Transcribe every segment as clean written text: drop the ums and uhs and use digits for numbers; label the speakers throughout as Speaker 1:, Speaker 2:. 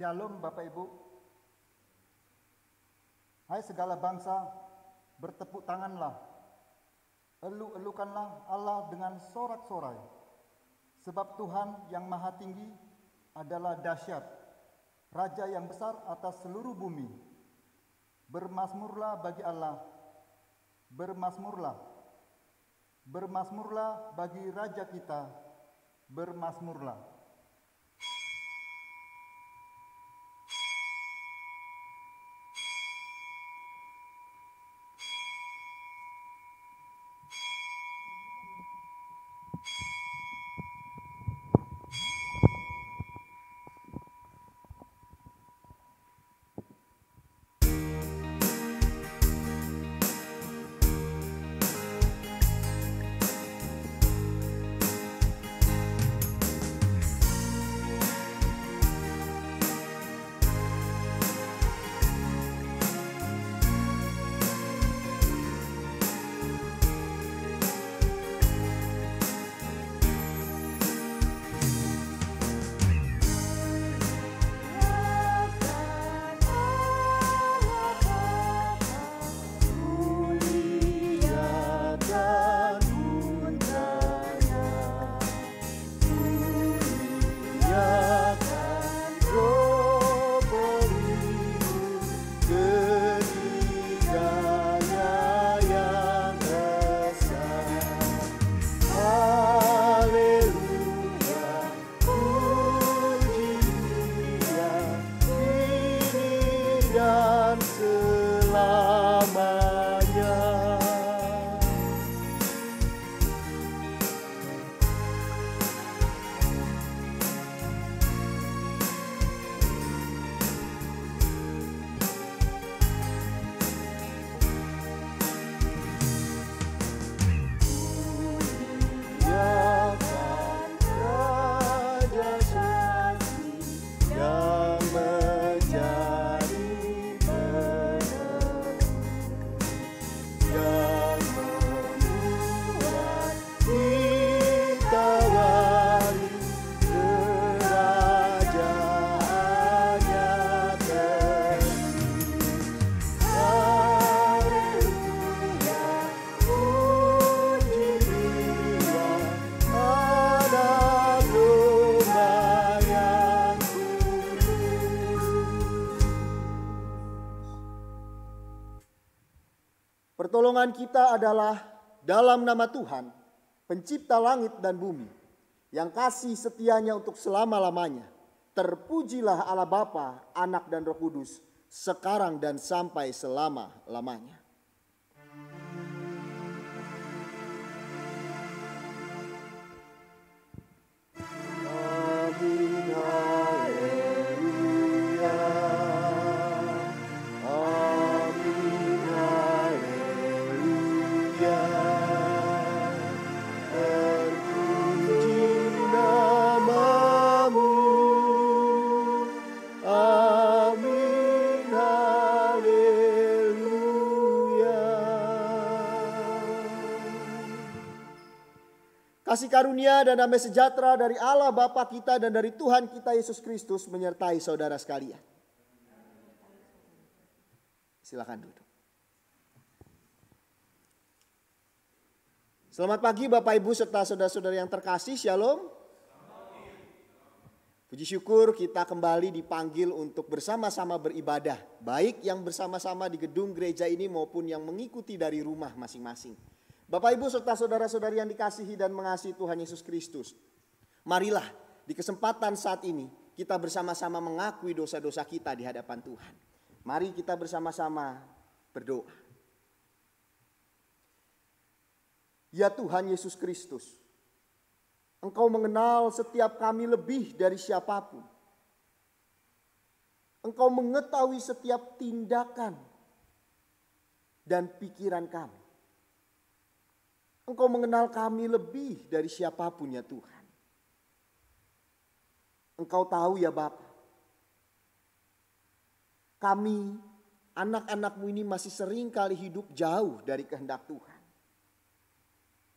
Speaker 1: Shalom Bapak Ibu. Hai segala bangsa, bertepuk tanganlah. Elu-elukanlah Allah dengan sorak-sorai. Sebab Tuhan yang maha tinggi adalah dahsyat, Raja yang besar atas seluruh bumi. Bermazmurlah bagi Allah, bermazmurlah. Bermazmurlah bagi Raja kita, bermazmurlah.
Speaker 2: Pertolongan kita adalah dalam nama Tuhan, pencipta langit dan bumi, yang kasih setianya untuk selama-lamanya. Terpujilah Allah Bapa, Anak dan Roh Kudus, sekarang dan sampai selama-lamanya. Kasih karunia dan damai sejahtera dari Allah Bapa kita dan dari Tuhan kita Yesus Kristus menyertai saudara sekalian. Silakan duduk. Selamat pagi Bapak Ibu serta saudara-saudara yang terkasih, Shalom. Puji syukur kita kembali dipanggil untuk bersama-sama beribadah. Baik yang bersama-sama di gedung gereja ini maupun yang mengikuti dari rumah masing-masing. Bapak Ibu serta saudara-saudari yang dikasihi dan mengasihi Tuhan Yesus Kristus. Marilah di kesempatan saat ini kita bersama-sama mengakui dosa-dosa kita di hadapan Tuhan. Mari kita bersama-sama berdoa. Ya Tuhan Yesus Kristus, Engkau mengenal setiap kami lebih dari siapapun. Engkau mengetahui setiap tindakan dan pikiran kami. Engkau mengenal kami lebih dari siapapun ya Tuhan. Engkau tahu ya Bapa, kami anak-anak-Mu ini masih sering kali hidup jauh dari kehendak Tuhan.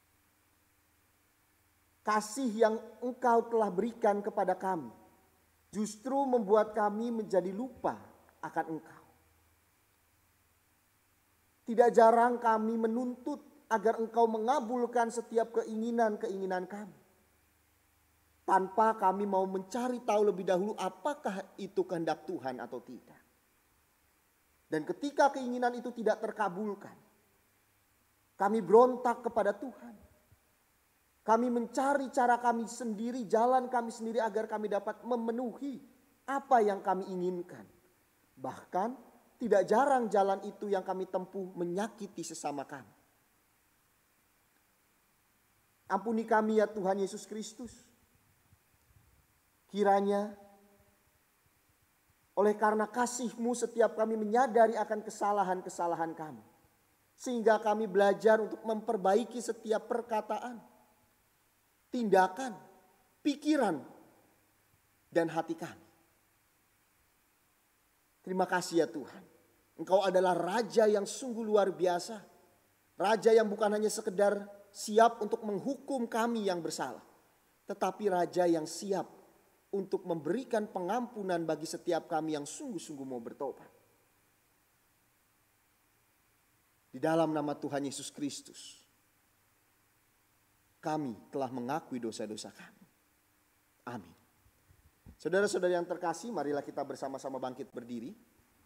Speaker 2: Kasih yang Engkau telah berikan kepada kami justru membuat kami menjadi lupa akan Engkau. Tidak jarang kami menuntut agar Engkau mengabulkan setiap keinginan-keinginan kami. Tanpa kami mau mencari tahu lebih dahulu apakah itu kehendak Tuhan atau tidak. Dan ketika keinginan itu tidak terkabulkan, kami berontak kepada Tuhan. Kami mencari cara kami sendiri, jalan kami sendiri agar kami dapat memenuhi apa yang kami inginkan. Bahkan tidak jarang jalan itu yang kami tempuh menyakiti sesama kami. Ampuni kami ya Tuhan Yesus Kristus. Kiranya oleh karena kasih-Mu setiap kami menyadari akan kesalahan-kesalahan kami. Sehingga kami belajar untuk memperbaiki setiap perkataan, tindakan, pikiran, dan hati kami. Terima kasih ya Tuhan. Engkau adalah Raja yang sungguh luar biasa. Raja yang bukan hanya sekedar siap untuk menghukum kami yang bersalah. Tetapi Raja yang siap untuk memberikan pengampunan bagi setiap kami yang sungguh-sungguh mau bertobat. Di dalam nama Tuhan Yesus Kristus, kami telah mengakui dosa-dosa kami. Amin. Saudara-saudara yang terkasih, marilah kita bersama-sama bangkit berdiri.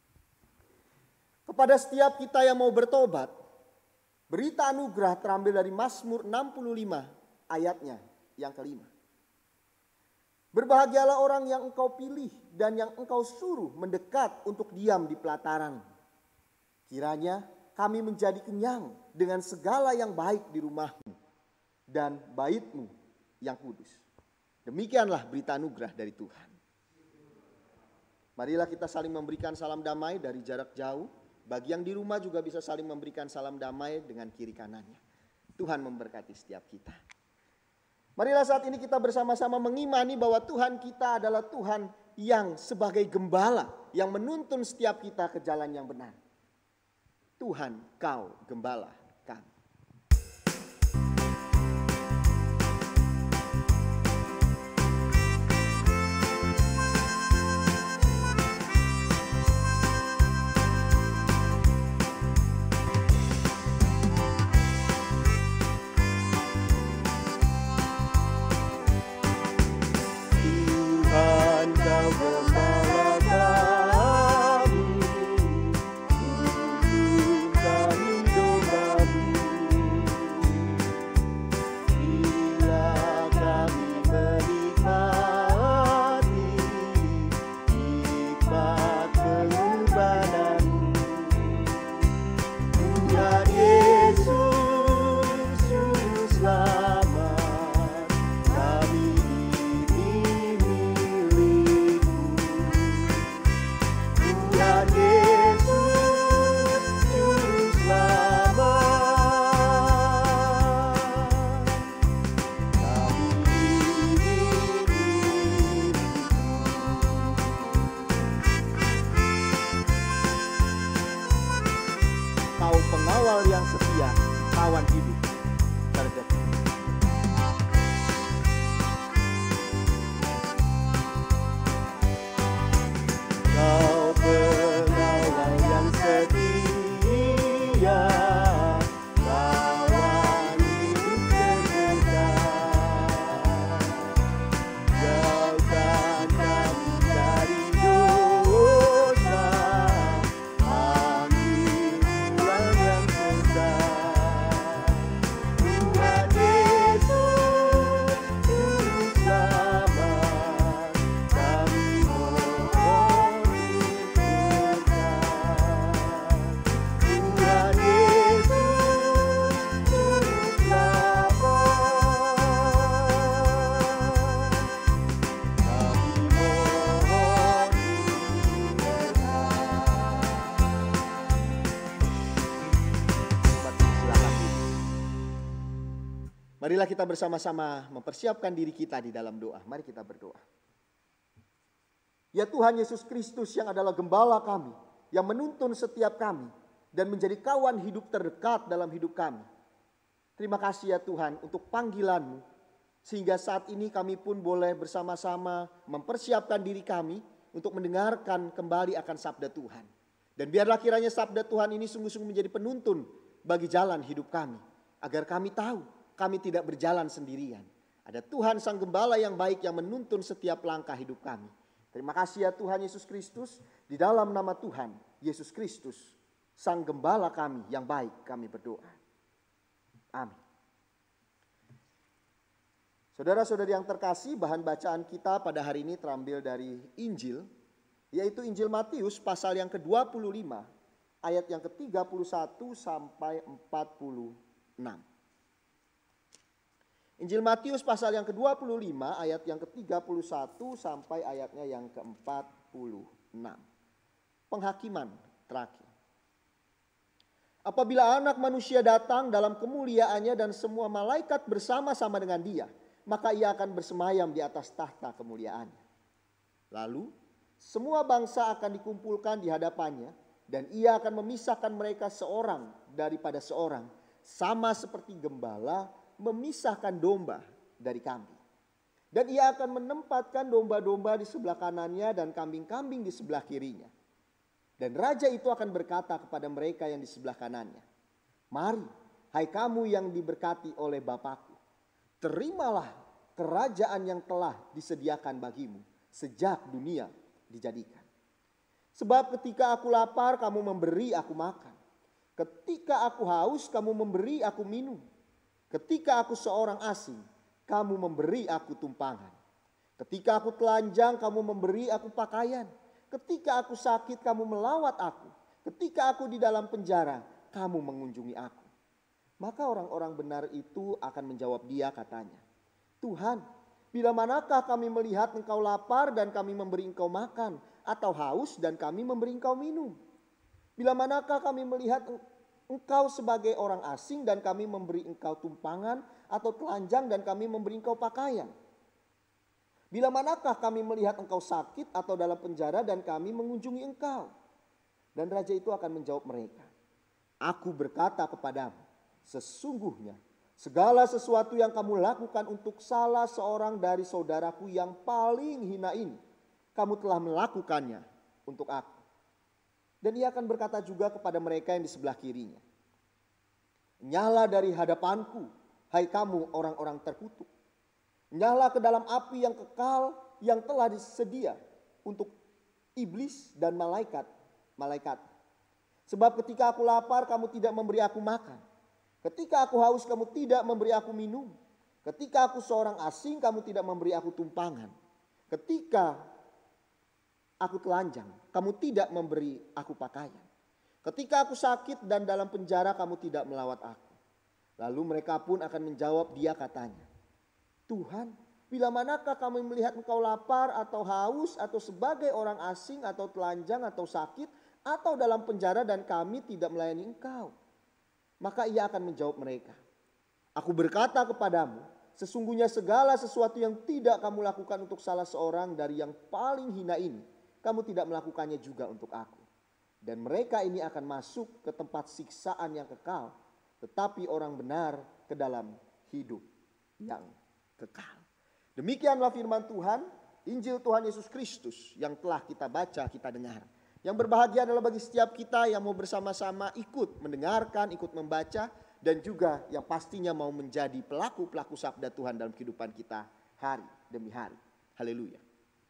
Speaker 2: Kepada setiap kita yang mau bertobat, berita anugerah terambil dari Mazmur 65 ayatnya yang kelima. Berbahagialah orang yang Engkau pilih dan yang Engkau suruh mendekat untuk diam di pelataran. Kiranya kami menjadi kenyang dengan segala yang baik di rumah-Mu dan bait-Mu yang kudus. Demikianlah berita anugerah dari Tuhan. Marilah kita saling memberikan salam damai dari jarak jauh. Bagi yang di rumah juga bisa saling memberikan salam damai dengan kiri kanannya. Tuhan memberkati setiap kita. Marilah saat ini kita bersama-sama mengimani bahwa Tuhan kita adalah Tuhan yang sebagai gembala yang menuntun setiap kita ke jalan yang benar. Tuhan, Kau gembala kami. Pengawal yang setia, kawan hidup terdekat. Kau pengawal yang setia, kawan hidup terdekat. Jauhkan kami dari dosa, marilah kita bersama-sama mempersiapkan diri kita di dalam doa. Mari kita berdoa. Ya Tuhan Yesus Kristus yang adalah gembala kami, yang menuntun setiap kami dan menjadi kawan hidup terdekat dalam hidup kami. Terima kasih ya Tuhan untuk panggilan-Mu. Sehingga saat ini kami pun boleh bersama-sama mempersiapkan diri kami untuk mendengarkan kembali akan sabda Tuhan. Dan biarlah kiranya sabda Tuhan ini sungguh-sungguh menjadi penuntun bagi jalan hidup kami. Agar kami tahu kami tidak berjalan sendirian. Ada Tuhan Sang Gembala yang baik yang menuntun setiap langkah hidup kami. Terima kasih ya Tuhan Yesus Kristus. Di dalam nama Tuhan Yesus Kristus, Sang Gembala kami yang baik, kami berdoa. Amin. Saudara-saudari yang terkasih, bahan bacaan kita pada hari ini terambil dari Injil, yaitu Injil Matius pasal yang ke-25, ayat yang ke-31 sampai 46. Injil Matius pasal yang ke-25, ayat yang ke-31 sampai ayatnya yang ke-46. Penghakiman terakhir. Apabila Anak Manusia datang dalam kemuliaannya dan semua malaikat bersama-sama dengan Dia, maka Ia akan bersemayam di atas tahta kemuliaannya. Lalu semua bangsa akan dikumpulkan di hadapannya dan Ia akan memisahkan mereka seorang daripada seorang, sama seperti gembala memisahkan domba dari kambing. Dan Ia akan menempatkan domba-domba di sebelah kanannya dan kambing-kambing di sebelah kirinya. Dan raja itu akan berkata kepada mereka yang di sebelah kanannya, "Mari, hai kamu yang diberkati oleh Bapa-Ku, terimalah kerajaan yang telah disediakan bagimu sejak dunia dijadikan. Sebab ketika aku lapar, kamu memberi aku makan. Ketika aku haus, kamu memberi aku minum. Ketika aku seorang asing, kamu memberi aku tumpangan. Ketika aku telanjang, kamu memberi aku pakaian. Ketika aku sakit, kamu melawat aku. Ketika aku di dalam penjara, kamu mengunjungi aku." Maka orang-orang benar itu akan menjawab Dia katanya, "Tuhan, bila manakah kami melihat Engkau lapar dan kami memberi Engkau makan, atau haus dan kami memberi Engkau minum? Bila manakah kami melihat Engkau sebagai orang asing dan kami memberi Engkau tumpangan, atau telanjang dan kami memberi Engkau pakaian? Bila manakah kami melihat Engkau sakit atau dalam penjara dan kami mengunjungi Engkau?" Dan raja itu akan menjawab mereka, "Aku berkata kepadamu, sesungguhnya segala sesuatu yang kamu lakukan untuk salah seorang dari saudaraku yang paling hina ini, kamu telah melakukannya untuk aku." Dan Ia akan berkata juga kepada mereka yang di sebelah kirinya, "Nyala dari hadapanku, hai kamu orang-orang terkutuk. Nyala ke dalam api yang kekal yang telah disedia untuk iblis dan malaikat. Sebab ketika aku lapar, kamu tidak memberi aku makan. Ketika aku haus, kamu tidak memberi aku minum. Ketika aku seorang asing, kamu tidak memberi aku tumpangan. Ketika aku telanjang, kamu tidak memberi aku pakaian. Ketika aku sakit dan dalam penjara, kamu tidak melawat aku." Lalu mereka pun akan menjawab Dia katanya, "Tuhan, bila manakah kami melihat Engkau lapar atau haus atau sebagai orang asing atau telanjang atau sakit atau dalam penjara dan kami tidak melayani Engkau?" Maka Ia akan menjawab mereka, "Aku berkata kepadamu, sesungguhnya segala sesuatu yang tidak kamu lakukan untuk salah seorang dari yang paling hina ini, kamu tidak melakukannya juga untuk aku. Dan mereka ini akan masuk ke tempat siksaan yang kekal, tetapi orang benar ke dalam hidup yang kekal." Demikianlah firman Tuhan, Injil Tuhan Yesus Kristus yang telah kita baca, kita dengar. Yang berbahagia adalah bagi setiap kita yang mau bersama-sama ikut mendengarkan, ikut membaca, dan juga yang pastinya mau menjadi pelaku-pelaku sabda Tuhan dalam kehidupan kita hari demi hari. Haleluya.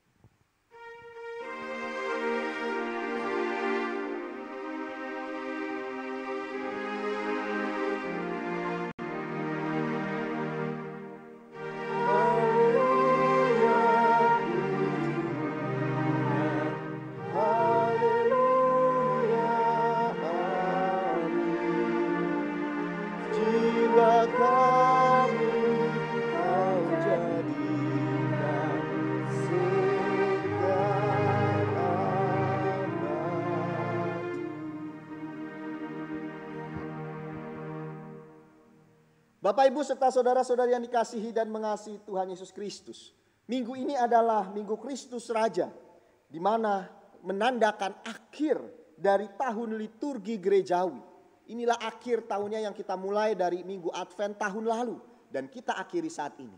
Speaker 2: Bapak, Ibu, serta saudara-saudari yang dikasihi dan mengasihi Tuhan Yesus Kristus. Minggu ini adalah Minggu Kristus Raja, di mana menandakan akhir dari tahun liturgi gerejawi. Inilah akhir tahunnya yang kita mulai dari Minggu Advent tahun lalu dan kita akhiri saat ini.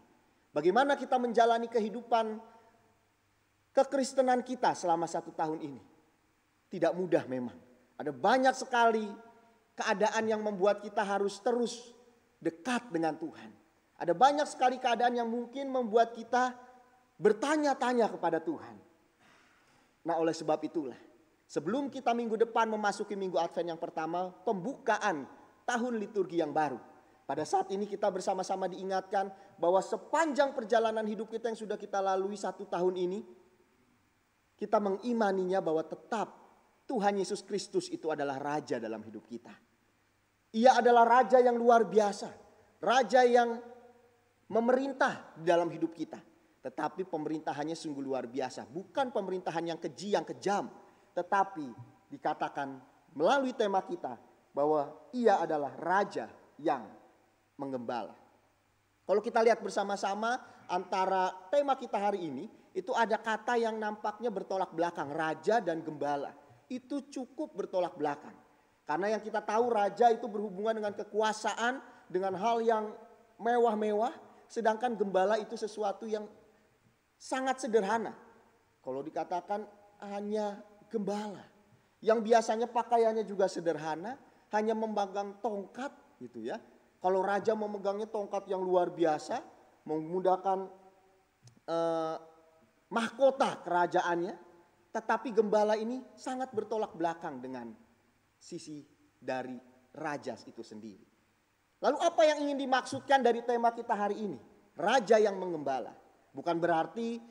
Speaker 2: Bagaimana kita menjalani kehidupan kekristenan kita selama 1 tahun ini? Tidak mudah memang. Ada banyak sekali keadaan yang membuat kita harus terus dekat dengan Tuhan. Ada banyak sekali keadaan yang mungkin membuat kita bertanya-tanya kepada Tuhan. Nah, oleh sebab itulah, sebelum kita minggu depan memasuki minggu Advent yang pertama, pembukaan tahun liturgi yang baru. Pada saat ini kita bersama-sama diingatkan bahwa sepanjang perjalanan hidup kita yang sudah kita lalui 1 tahun ini, kita mengimaninya bahwa tetap Tuhan Yesus Kristus itu adalah Raja dalam hidup kita. Ia adalah Raja yang luar biasa. Raja yang memerintah di dalam hidup kita. Tetapi pemerintahannya sungguh luar biasa. Bukan pemerintahan yang keji, yang kejam. Tetapi dikatakan melalui tema kita bahwa ia adalah Raja yang menggembala. Kalau kita lihat bersama-sama antara tema kita hari ini, itu ada kata yang nampaknya bertolak belakang. Raja dan gembala. Itu cukup bertolak belakang. Karena yang kita tahu raja itu berhubungan dengan kekuasaan, dengan hal yang mewah-mewah. Sedangkan gembala itu sesuatu yang sangat sederhana. Kalau dikatakan hanya gembala. Yang biasanya pakaiannya juga sederhana, hanya memegang tongkat gitu ya. Kalau raja memegangnya tongkat yang luar biasa, memudahkan mahkota kerajaannya. Tetapi gembala ini sangat bertolak belakang dengan sisi dari raja itu sendiri. Lalu apa yang ingin dimaksudkan dari tema kita hari ini? Raja yang menggembala. Bukan berarti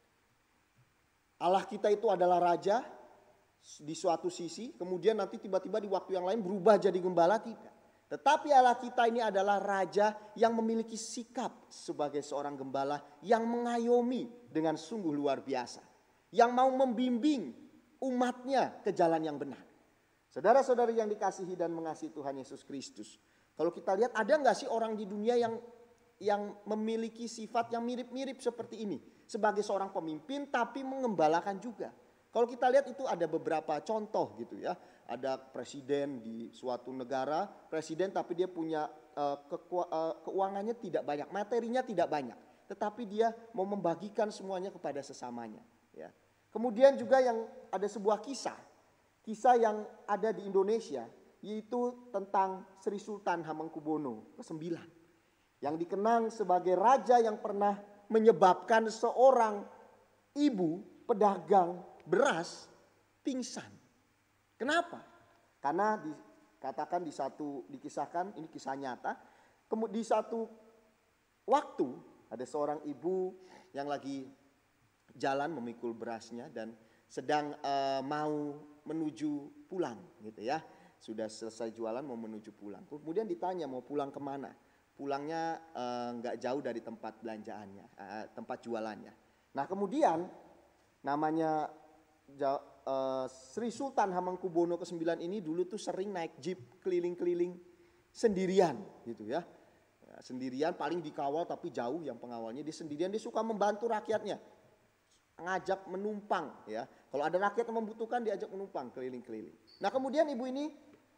Speaker 2: Allah kita itu adalah raja di suatu sisi, kemudian nanti tiba-tiba di waktu yang lain berubah jadi gembala, tidak. Tetapi Allah kita ini adalah raja yang memiliki sikap sebagai seorang gembala yang mengayomi dengan sungguh luar biasa. Yang mau membimbing umatnya ke jalan yang benar. Saudara-saudari yang dikasihi dan mengasihi Tuhan Yesus Kristus. Kalau kita lihat ada nggak sih orang di dunia yang memiliki sifat yang mirip-mirip seperti ini. Sebagai seorang pemimpin tapi mengembalakan juga. Kalau kita lihat itu ada beberapa contoh gitu ya. Ada presiden di suatu negara. Presiden tapi dia punya keuangannya tidak banyak. Materinya tidak banyak. Tetapi dia mau membagikan semuanya kepada sesamanya. Ya. Kemudian juga yang ada sebuah kisah yang ada di Indonesia, yaitu tentang Sri Sultan Hamengkubuwono ke-9 yang dikenang sebagai raja yang pernah menyebabkan seorang ibu pedagang beras pingsan. Kenapa? Karena dikatakan dikisahkan, ini kisah nyata, di satu waktu ada seorang ibu yang lagi jalan memikul berasnya dan sedang mau menuju pulang gitu ya. Sudah selesai jualan mau menuju pulang. Kemudian ditanya mau pulang kemana. Pulangnya nggak jauh dari tempat belanjaannya, tempat jualannya. Nah kemudian namanya Sri Sultan Hamengkubuwono ke-9 ini dulu tuh sering naik jeep keliling-keliling sendirian gitu ya. Sendirian paling dikawal tapi jauh yang pengawalnya. Dia sendirian, dia suka membantu rakyatnya. Ngajak menumpang ya. Kalau ada rakyat yang membutuhkan diajak menumpang keliling-keliling. Nah kemudian ibu ini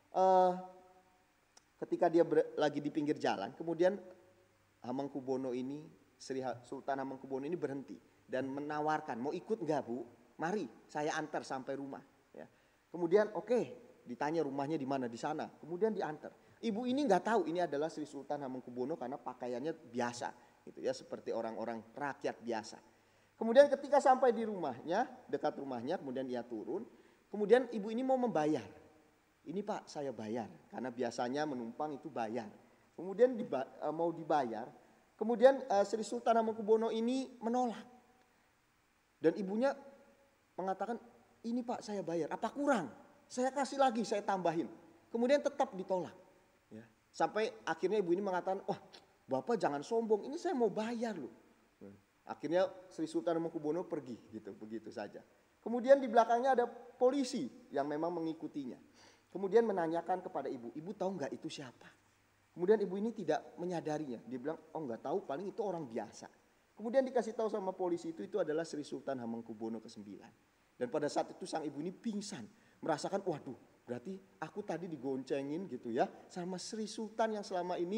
Speaker 2: ketika dia lagi di pinggir jalan, kemudian Hamengkubuwono ini, Sri Sultan Hamengkubuwono ini berhenti dan menawarkan, mau ikut enggak Bu? Mari saya antar sampai rumah. Ya. Kemudian oke, ditanya rumahnya di mana, di sana. Kemudian diantar. Ibu ini nggak tahu ini adalah Sri Sultan Hamengkubuwono karena pakaiannya biasa, gitu ya, seperti orang-orang rakyat biasa. Kemudian ketika sampai di rumahnya, dekat rumahnya, kemudian ia turun. Kemudian ibu ini mau membayar. Ini Pak saya bayar, karena biasanya menumpang itu bayar. Kemudian mau dibayar. Kemudian Sri Sultan Hamengkubuwono ini menolak. Dan ibunya mengatakan, ini Pak saya bayar, apa kurang? Saya kasih lagi, saya tambahin. Kemudian tetap ditolak. Ya. Sampai akhirnya ibu ini mengatakan, wah Bapak jangan sombong, ini saya mau bayar loh. Akhirnya Sri Sultan Hamengkubuwono pergi gitu, begitu saja. Kemudian di belakangnya ada polisi yang memang mengikutinya. Kemudian menanyakan kepada ibu, ibu tahu nggak itu siapa? Kemudian ibu ini tidak menyadarinya. Dia bilang, oh nggak tahu, paling itu orang biasa. Kemudian dikasih tahu sama polisi itu adalah Sri Sultan Hamengkubuwono ke-9. Dan pada saat itu sang ibu ini pingsan, merasakan, waduh, berarti aku tadi digoncengin gitu ya, sama Sri Sultan yang selama ini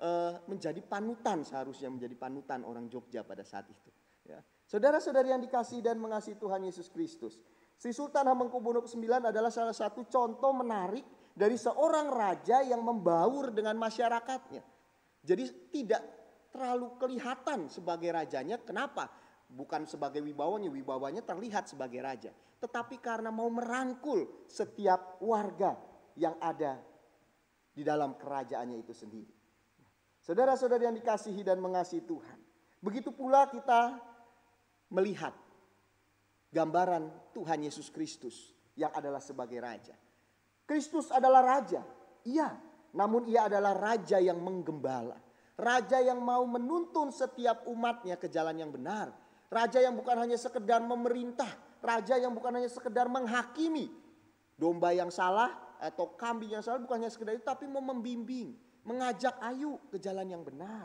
Speaker 2: menjadi panutan, seharusnya menjadi panutan orang Jogja pada saat itu. Ya. Saudara-saudari yang dikasihi dan mengasihi Tuhan Yesus Kristus, Sri Sultan Hamengkubuwono IX adalah salah satu contoh menarik dari seorang raja yang membaur dengan masyarakatnya. Jadi tidak terlalu kelihatan sebagai rajanya. Kenapa? Bukan sebagai wibawanya terlihat sebagai raja. Tetapi karena mau merangkul setiap warga yang ada di dalam kerajaannya itu sendiri. Saudara-saudari yang dikasihi dan mengasihi Tuhan, begitu pula kita melihat gambaran Tuhan Yesus Kristus yang adalah sebagai raja. Kristus adalah raja, iya, namun ia adalah raja yang menggembala. Raja yang mau menuntun setiap umatnya ke jalan yang benar. Raja yang bukan hanya sekedar memerintah, raja yang bukan hanya sekedar menghakimi. Domba yang salah atau kambing yang salah bukan hanya sekedar itu, tapi mau membimbing, mengajak ayo ke jalan yang benar.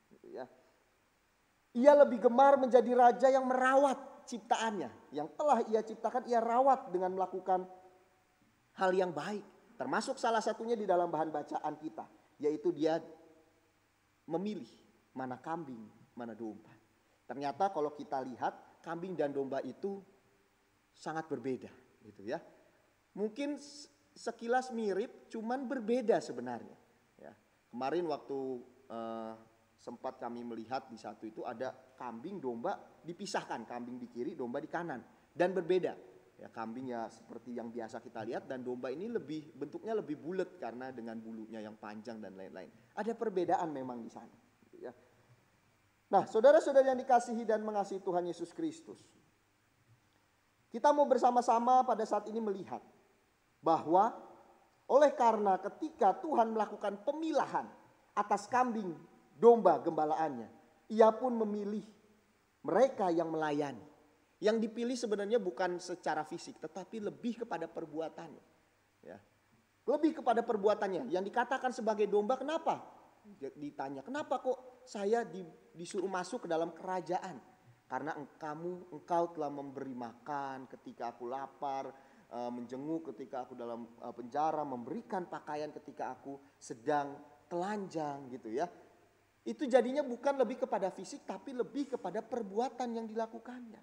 Speaker 2: Ia lebih gemar menjadi raja yang merawat ciptaannya. Yang telah ia ciptakan ia rawat dengan melakukan hal yang baik. Termasuk salah satunya di dalam bahan bacaan kita. Yaitu dia memilih mana kambing, mana domba. Ternyata kalau kita lihat kambing dan domba itu sangat berbeda. Gitu ya. Mungkin sekilas mirip cuman berbeda sebenarnya. Ya. Kemarin waktu sempat kami melihat di satu itu ada kambing domba dipisahkan, kambing di kiri, domba di kanan dan berbeda. Ya, kambing ya seperti yang biasa kita lihat dan domba ini bentuknya lebih bulat karena dengan bulunya yang panjang dan lain-lain. Ada perbedaan memang di sana. Ya. Nah, saudara-saudara yang dikasihi dan mengasihi Tuhan Yesus Kristus, kita mau bersama-sama pada saat ini melihat bahwa oleh karena ketika Tuhan melakukan pemilahan atas kambing domba gembalaannya, ia pun memilih mereka yang melayani. Yang dipilih sebenarnya bukan secara fisik, tetapi lebih kepada perbuatannya. Ya. Lebih kepada perbuatannya. Yang dikatakan sebagai domba, kenapa? Ditanya, kenapa kok saya disuruh masuk ke dalam kerajaan? Karena engkau telah memberi makan ketika aku lapar, menjenguk ketika aku dalam penjara, memberikan pakaian ketika aku sedang telanjang gitu ya. Itu jadinya bukan lebih kepada fisik tapi lebih kepada perbuatan yang dilakukannya.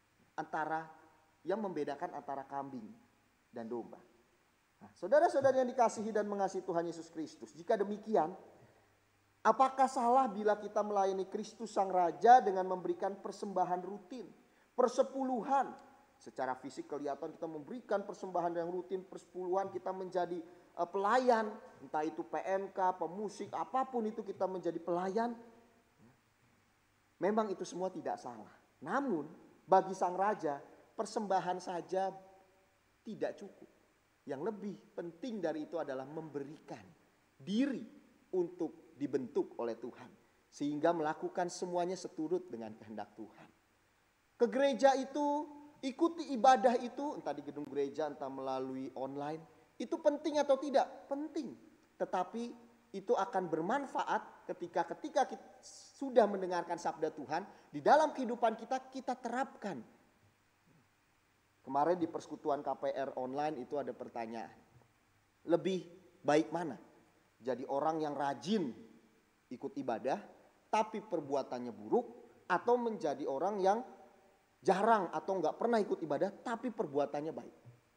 Speaker 2: Yang membedakan antara kambing dan domba. Nah, saudara-saudara yang dikasihi dan mengasihi Tuhan Yesus Kristus, jika demikian, apakah salah bila kita melayani Kristus Sang Raja dengan memberikan persembahan rutin, persepuluhan? Secara fisik kelihatan kita memberikan persembahan yang rutin, persepuluhan, kita menjadi pelayan, entah itu PMK, pemusik, apapun itu kita menjadi pelayan. Memang itu semua tidak salah. Namun bagi Sang Raja persembahan saja tidak cukup. Yang lebih penting dari itu adalah memberikan diri untuk dibentuk oleh Tuhan. Sehingga melakukan semuanya seturut dengan kehendak Tuhan. Ke gereja itu, ikuti ibadah itu, entah di gedung gereja, entah melalui online. Itu penting atau tidak? Penting. Tetapi itu akan bermanfaat ketika kita sudah mendengarkan sabda Tuhan. Di dalam kehidupan kita terapkan. Kemarin di persekutuan KPR online itu ada pertanyaan. Lebih baik mana? Jadi orang yang rajin ikut ibadah tapi perbuatannya buruk, atau menjadi orang yang jarang atau nggak pernah ikut ibadah tapi perbuatannya baik?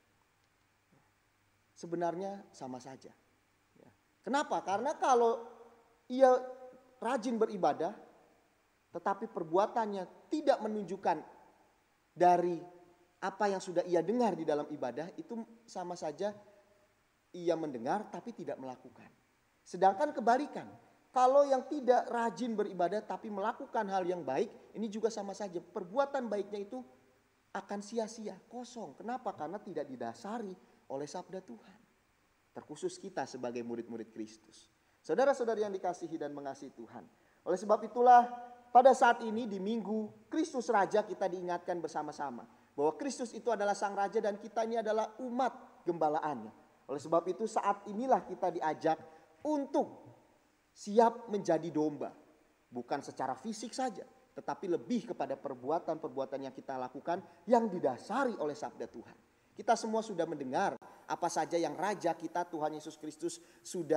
Speaker 2: Sebenarnya sama saja. Kenapa? Karena kalau ia rajin beribadah tetapi perbuatannya tidak menunjukkan dari apa yang sudah ia dengar di dalam ibadah, itu sama saja ia mendengar tapi tidak melakukan. Sedangkan kebalikan, kalau yang tidak rajin beribadah tapi melakukan hal yang baik, ini juga sama saja. Perbuatan baiknya itu akan sia-sia, kosong. Kenapa? Karena tidak didasari oleh sabda Tuhan. Terkhusus kita sebagai murid-murid Kristus. Saudara-saudari yang dikasihi dan mengasihi Tuhan. Oleh sebab itulah pada saat ini di Minggu Kristus Raja kita diingatkan bersama-sama. Bahwa Kristus itu adalah Sang Raja dan kita ini adalah umat gembalaannya. Oleh sebab itu saat inilah kita diajak untuk siap menjadi domba. Bukan secara fisik saja, tetapi lebih kepada perbuatan-perbuatan yang kita lakukan yang didasari oleh sabda Tuhan. Kita semua sudah mendengar apa saja yang Raja kita Tuhan Yesus Kristus sudah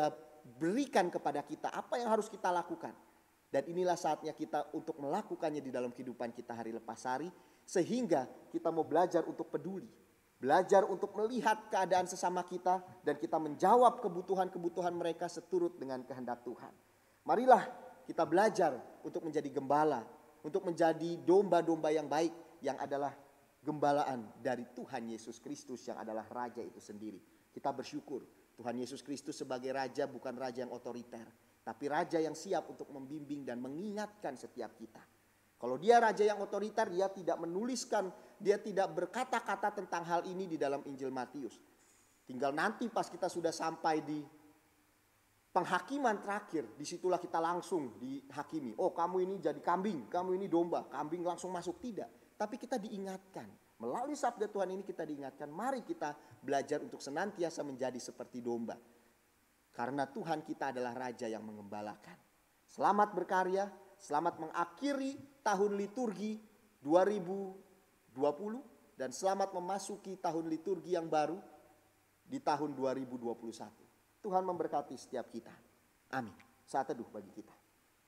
Speaker 2: berikan kepada kita, apa yang harus kita lakukan. Dan inilah saatnya kita untuk melakukannya di dalam kehidupan kita hari lepas hari, sehingga kita mau belajar untuk peduli, belajar untuk melihat keadaan sesama kita, dan kita menjawab kebutuhan-kebutuhan mereka seturut dengan kehendak Tuhan. Marilah kita belajar untuk menjadi gembala, untuk menjadi domba-domba yang baik, yang adalah gembalaan dari Tuhan Yesus Kristus yang adalah Raja itu sendiri. Kita bersyukur Tuhan Yesus Kristus sebagai Raja bukan Raja yang otoriter, tapi Raja yang siap untuk membimbing dan mengingatkan setiap kita. Kalau dia Raja yang otoriter, dia tidak menuliskan, dia tidak berkata-kata tentang hal ini di dalam Injil Matius. Tinggal nanti pas kita sudah sampai di penghakiman terakhir, disitulah kita langsung dihakimi. Oh, kamu ini jadi kambing, kamu ini domba, kambing langsung masuk, tidak. Tapi kita diingatkan, melalui sabda Tuhan ini kita diingatkan, mari kita belajar untuk senantiasa menjadi seperti domba. Karena Tuhan kita adalah Raja yang mengembalakan. Selamat berkarya, selamat mengakhiri tahun liturgi 2020, dan selamat memasuki tahun liturgi yang baru di tahun 2021. Tuhan memberkati setiap kita. Amin. Saat teduh bagi kita.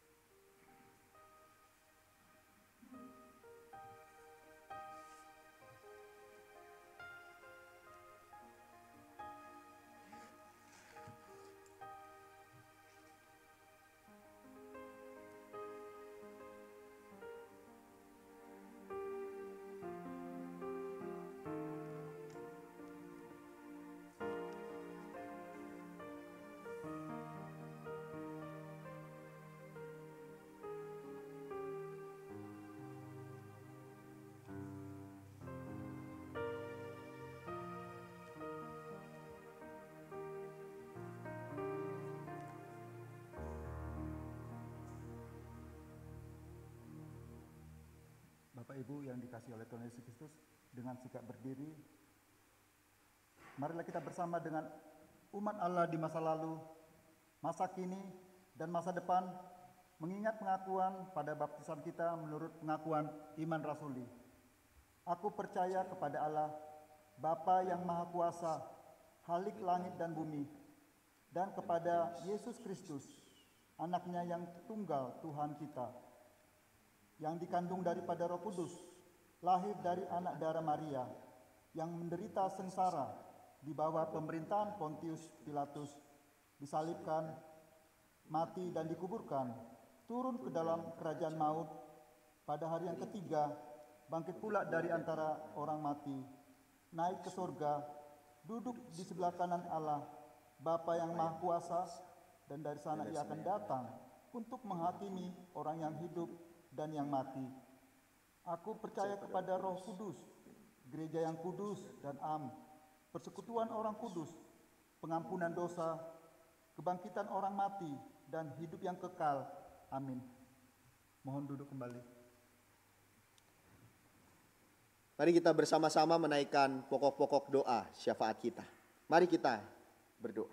Speaker 1: Bapak Ibu yang dikasihi oleh Tuhan Yesus Kristus, dengan sikap berdiri, marilah kita bersama dengan umat Allah di masa lalu, masa kini, dan masa depan, mengingat pengakuan pada baptisan kita menurut pengakuan iman rasuli. Aku percaya kepada Allah, Bapa yang Maha Kuasa, Halik langit dan bumi, dan kepada Yesus Kristus, anaknya yang tunggal Tuhan kita, yang dikandung daripada Roh Kudus, lahir dari anak darah Maria, yang menderita sengsara di bawah pemerintahan Pontius Pilatus, disalibkan, mati dan dikuburkan, turun ke dalam kerajaan maut, pada hari yang ketiga bangkit pula dari antara orang mati, naik ke surga, duduk di sebelah kanan Allah, Bapa yang Maha Kuasa, dan dari sana ia akan datang untuk menghakimi orang yang hidup dan yang mati. Aku percaya kepada Roh Kudus, gereja yang kudus dan am, persekutuan orang kudus, pengampunan dosa, kebangkitan orang mati, dan hidup yang kekal. Amin. Mohon duduk kembali.
Speaker 2: Mari kita bersama-sama menaikkan pokok-pokok doa syafaat kita. Mari kita berdoa.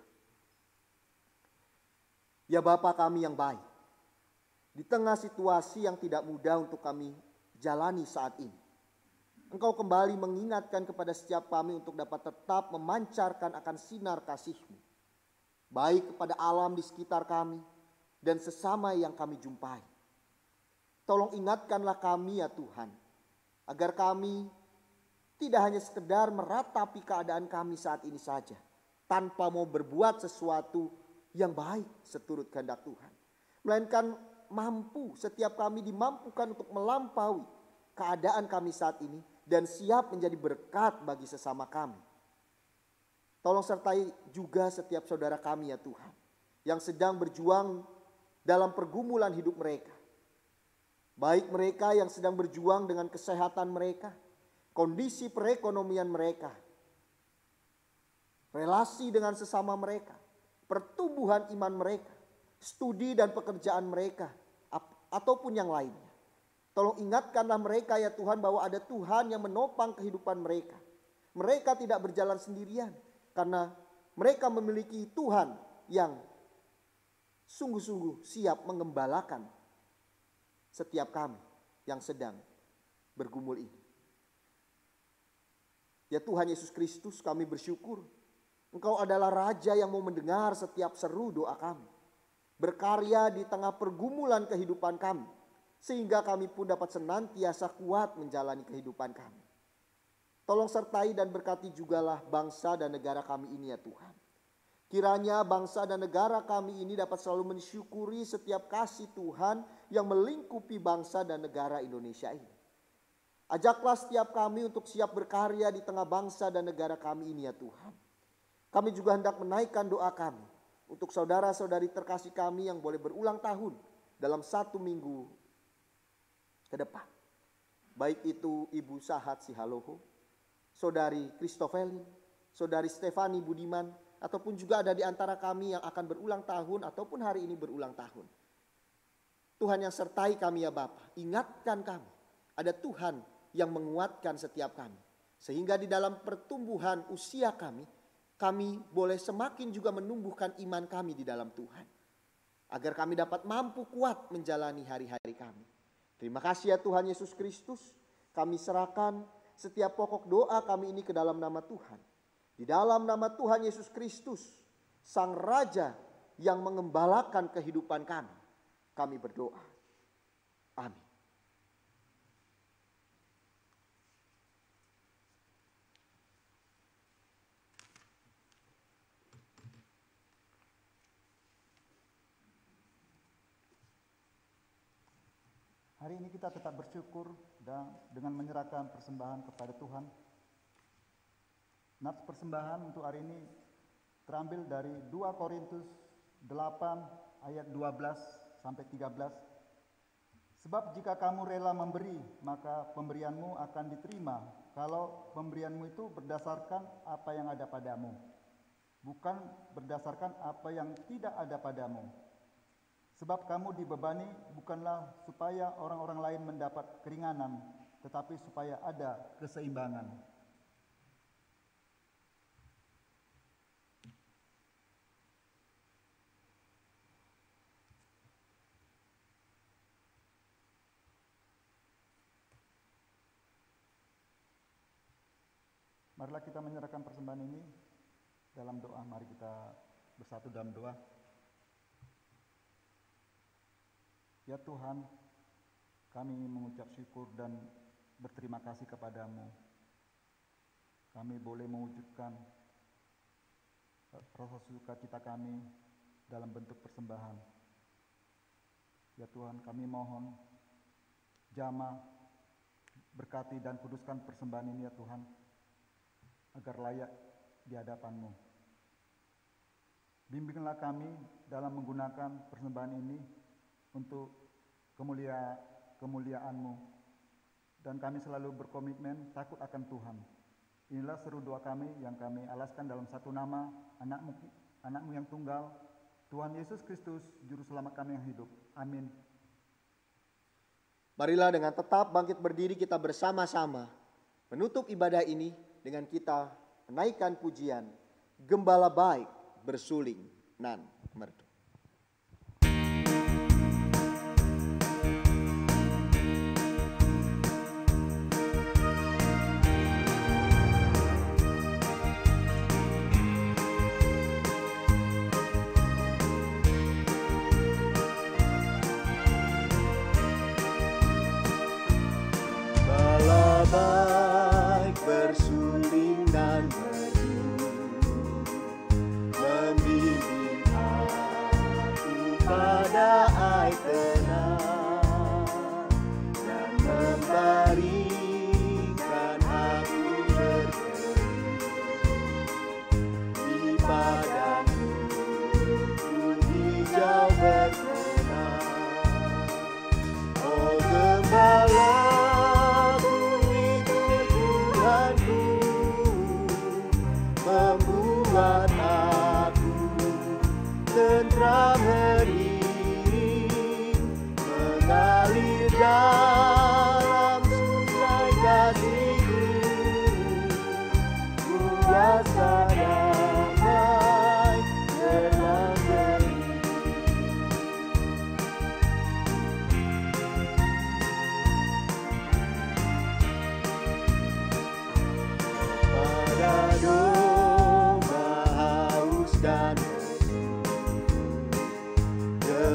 Speaker 2: Ya Bapa kami yang baik, di tengah situasi yang tidak mudah untuk kami jalani saat ini, Engkau kembali mengingatkan kepada setiap kami untuk dapat tetap memancarkan akan sinar kasih-Mu, baik kepada alam di sekitar kami dan sesama yang kami jumpai. Tolong ingatkanlah kami ya Tuhan, agar kami tidak hanya sekedar meratapi keadaan kami saat ini saja, tanpa mau berbuat sesuatu yang baik seturut kehendak Tuhan, melainkan mampu, setiap kami dimampukan untuk melampaui keadaan kami saat ini dan siap menjadi berkat bagi sesama kami. Tolong sertai juga setiap saudara kami ya Tuhan, yang sedang berjuang dalam pergumulan hidup mereka. Baik mereka yang sedang berjuang dengan kesehatan mereka, kondisi perekonomian mereka, relasi dengan sesama mereka, pertumbuhan iman mereka, studi dan pekerjaan mereka, ataupun yang lainnya. Tolong ingatkanlah mereka ya Tuhan bahwa ada Tuhan yang menopang kehidupan mereka. Mereka tidak berjalan sendirian, karena mereka memiliki Tuhan yang sungguh-sungguh siap mengembalakan setiap kami yang sedang bergumul ini. Ya Tuhan Yesus Kristus, kami bersyukur Engkau adalah Raja yang mau mendengar setiap seru doa kami. Berkarya di tengah pergumulan kehidupan kami. Sehingga kami pun dapat senantiasa kuat menjalani kehidupan kami. Tolong sertai dan berkati jugalah bangsa dan negara kami ini ya Tuhan. Kiranya bangsa dan negara kami ini dapat selalu mensyukuri setiap kasih Tuhan yang melingkupi bangsa dan negara Indonesia ini. Ajaklah setiap kami untuk siap berkarya di tengah bangsa dan negara kami ini ya Tuhan. Kami juga hendak menaikkan doa kami untuk saudara-saudari terkasih kami yang boleh berulang tahun dalam 1 minggu ke depan. Baik itu Ibu Sahat Sihaloho, Saudari Kristofelin, Saudari Stefani Budiman, ataupun juga ada di antara kami yang akan berulang tahun ataupun hari ini berulang tahun. Tuhan yang sertai kami ya Bapa, ingatkan kami. Ada Tuhan yang menguatkan setiap kami. Sehingga di dalam pertumbuhan usia kami boleh semakin juga menumbuhkan iman kami di dalam Tuhan. Agar kami dapat mampu kuat menjalani hari-hari kami. Terima kasih ya Tuhan Yesus Kristus. Kami serahkan setiap pokok doa kami ini ke dalam nama Tuhan. Di dalam nama Tuhan Yesus Kristus, Sang Raja yang mengembalakan kehidupan kami berdoa. Amin.
Speaker 1: Hari ini kita tetap bersyukur dan dengan menyerahkan persembahan kepada Tuhan. Nats persembahan untuk hari ini terambil dari 2 Korintus 8 ayat 12 sampai 13. Sebab jika kamu rela memberi, maka pemberianmu akan diterima. Kalau pemberianmu itu berdasarkan apa yang ada padamu, bukan berdasarkan apa yang tidak ada padamu. Sebab kamu dibebani bukanlah supaya orang-orang lain mendapat keringanan, tetapi supaya ada keseimbangan. Marilah kita menyerahkan persembahan ini dalam doa. Mari kita bersatu dalam doa. Ya Tuhan, kami mengucap syukur dan berterima kasih kepadamu. Kami boleh mewujudkan rasa sukacita kami dalam bentuk persembahan. Ya Tuhan, kami mohon jamah, berkati dan kuduskan persembahan ini ya Tuhan, agar layak di hadapan-Mu. Bimbinglah kami dalam menggunakan persembahan ini untuk kemuliaan-Mu. Dan kami selalu berkomitmen takut akan Tuhan. Inilah seru doa kami yang kami alaskan dalam satu nama, Anak-Mu yang tunggal, Tuhan Yesus Kristus, Juru Selamat kami yang hidup. Amin.
Speaker 2: Marilah dengan tetap bangkit berdiri kita bersama-sama menutup ibadah ini dengan kita menaikkan pujian Gembala Baik Bersuling Nan Merdu.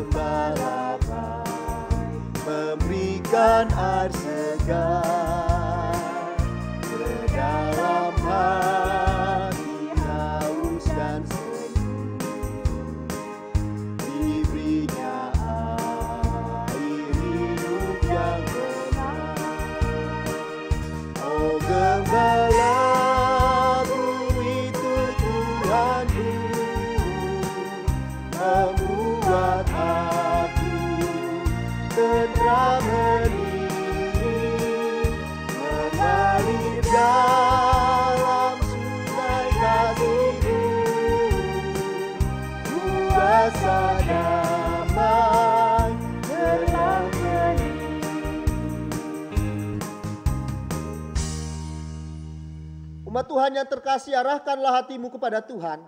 Speaker 2: gembala baik, memberikan air segar ke dalam hati haus dan sejuk. Diberinya air hidup yang benar. Oh gembalaku itu Tuhanku, membuat aku tentram hening, mengalir dalam sungai kasih-Mu, kuasa damai telah menyertai. Umat Tuhan yang terkasih, arahkanlah hatimu kepada Tuhan.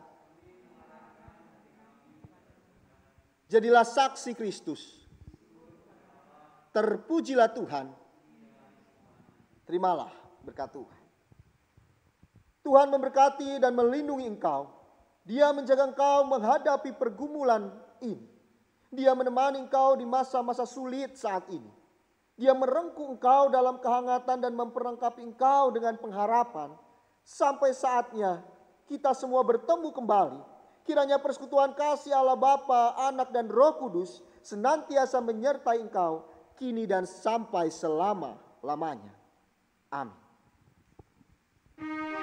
Speaker 2: Jadilah saksi Kristus. Terpujilah Tuhan. Terimalah berkat Tuhan. Tuhan memberkati dan melindungi engkau. Dia menjaga engkau menghadapi pergumulan ini. Dia menemani engkau di masa-masa sulit saat ini. Dia merengkuh engkau dalam kehangatan dan memperlengkapi engkau dengan pengharapan. Sampai saatnya kita semua bertemu kembali. Kiranya persekutuan kasih Allah Bapa, Anak dan Roh Kudus senantiasa menyertai engkau kini dan sampai selama-lamanya. Amin.